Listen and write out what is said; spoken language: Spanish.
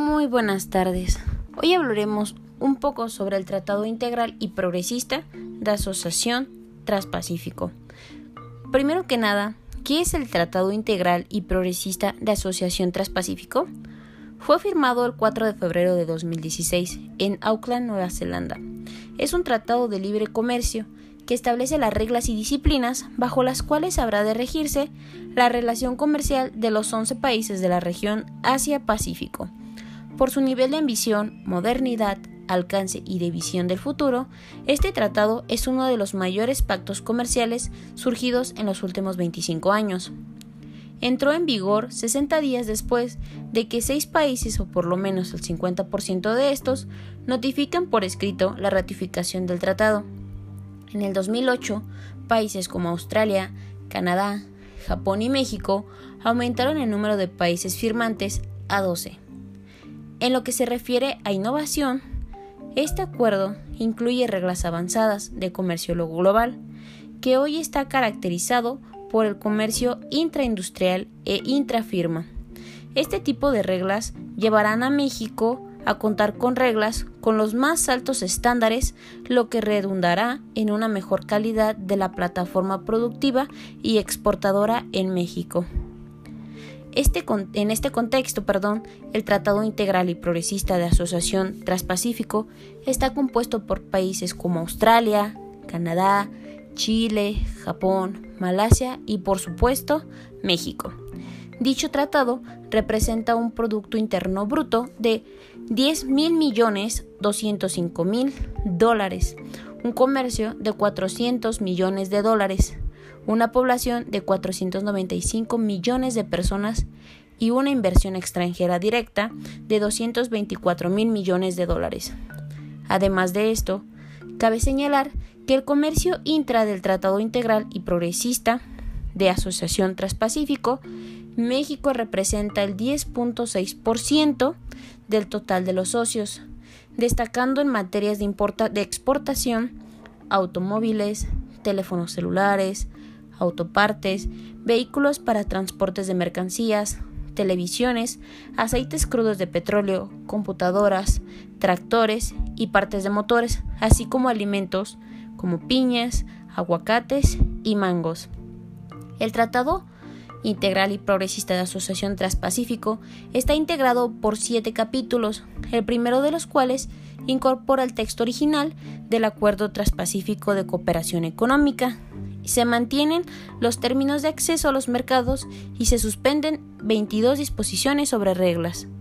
Muy buenas tardes. Hoy hablaremos un poco sobre el Tratado Integral y Progresista de Asociación Transpacífico. Primero que nada, ¿qué es el Tratado Integral y Progresista de Asociación Transpacífico? Fue firmado el 4 de febrero de 2016 en Auckland, Nueva Zelanda. Es un tratado de libre comercio que establece las reglas y disciplinas bajo las cuales habrá de regirse la relación comercial de los 11 países de la región Asia-Pacífico. Por su nivel de ambición, modernidad, alcance y de visión del futuro, este tratado es uno de los mayores pactos comerciales surgidos en los últimos 25 años. Entró en vigor 60 días después de que 6 países, o por lo menos el 50% de estos, notifican por escrito la ratificación del tratado. En el 2008, países como Australia, Canadá, Japón y México aumentaron el número de países firmantes a 12. En lo que se refiere a innovación, este acuerdo incluye reglas avanzadas de comercio global, que hoy está caracterizado por el comercio intraindustrial e intrafirma. Este tipo de reglas llevarán a México a contar con reglas con los más altos estándares, lo que redundará en una mejor calidad de la plataforma productiva y exportadora en México. En este contexto, el Tratado Integral y Progresista de Asociación Transpacífico está compuesto por países como Australia, Canadá, Chile, Japón, Malasia y, por supuesto, México. Dicho tratado representa un Producto Interno Bruto de $10,205,000, un comercio de $400 millones, una población de 495 millones de personas y una inversión extranjera directa de $224 millones. Además de esto, cabe señalar que el comercio intra del Tratado Integral y Progresista de Asociación Transpacífico, México representa el 10.6% del total de los socios, destacando en materias de exportación, automóviles, teléfonos celulares, autopartes, vehículos para transportes de mercancías, televisiones, aceites crudos de petróleo, computadoras, tractores y partes de motores, así como alimentos como piñas, aguacates y mangos. El Tratado Integral y Progresista de Asociación Transpacífico está integrado por 7 capítulos, el primero de los cuales incorpora el texto original del Acuerdo Transpacífico de Cooperación Económica. Se mantienen los términos de acceso a los mercados y se suspenden 22 disposiciones sobre reglas.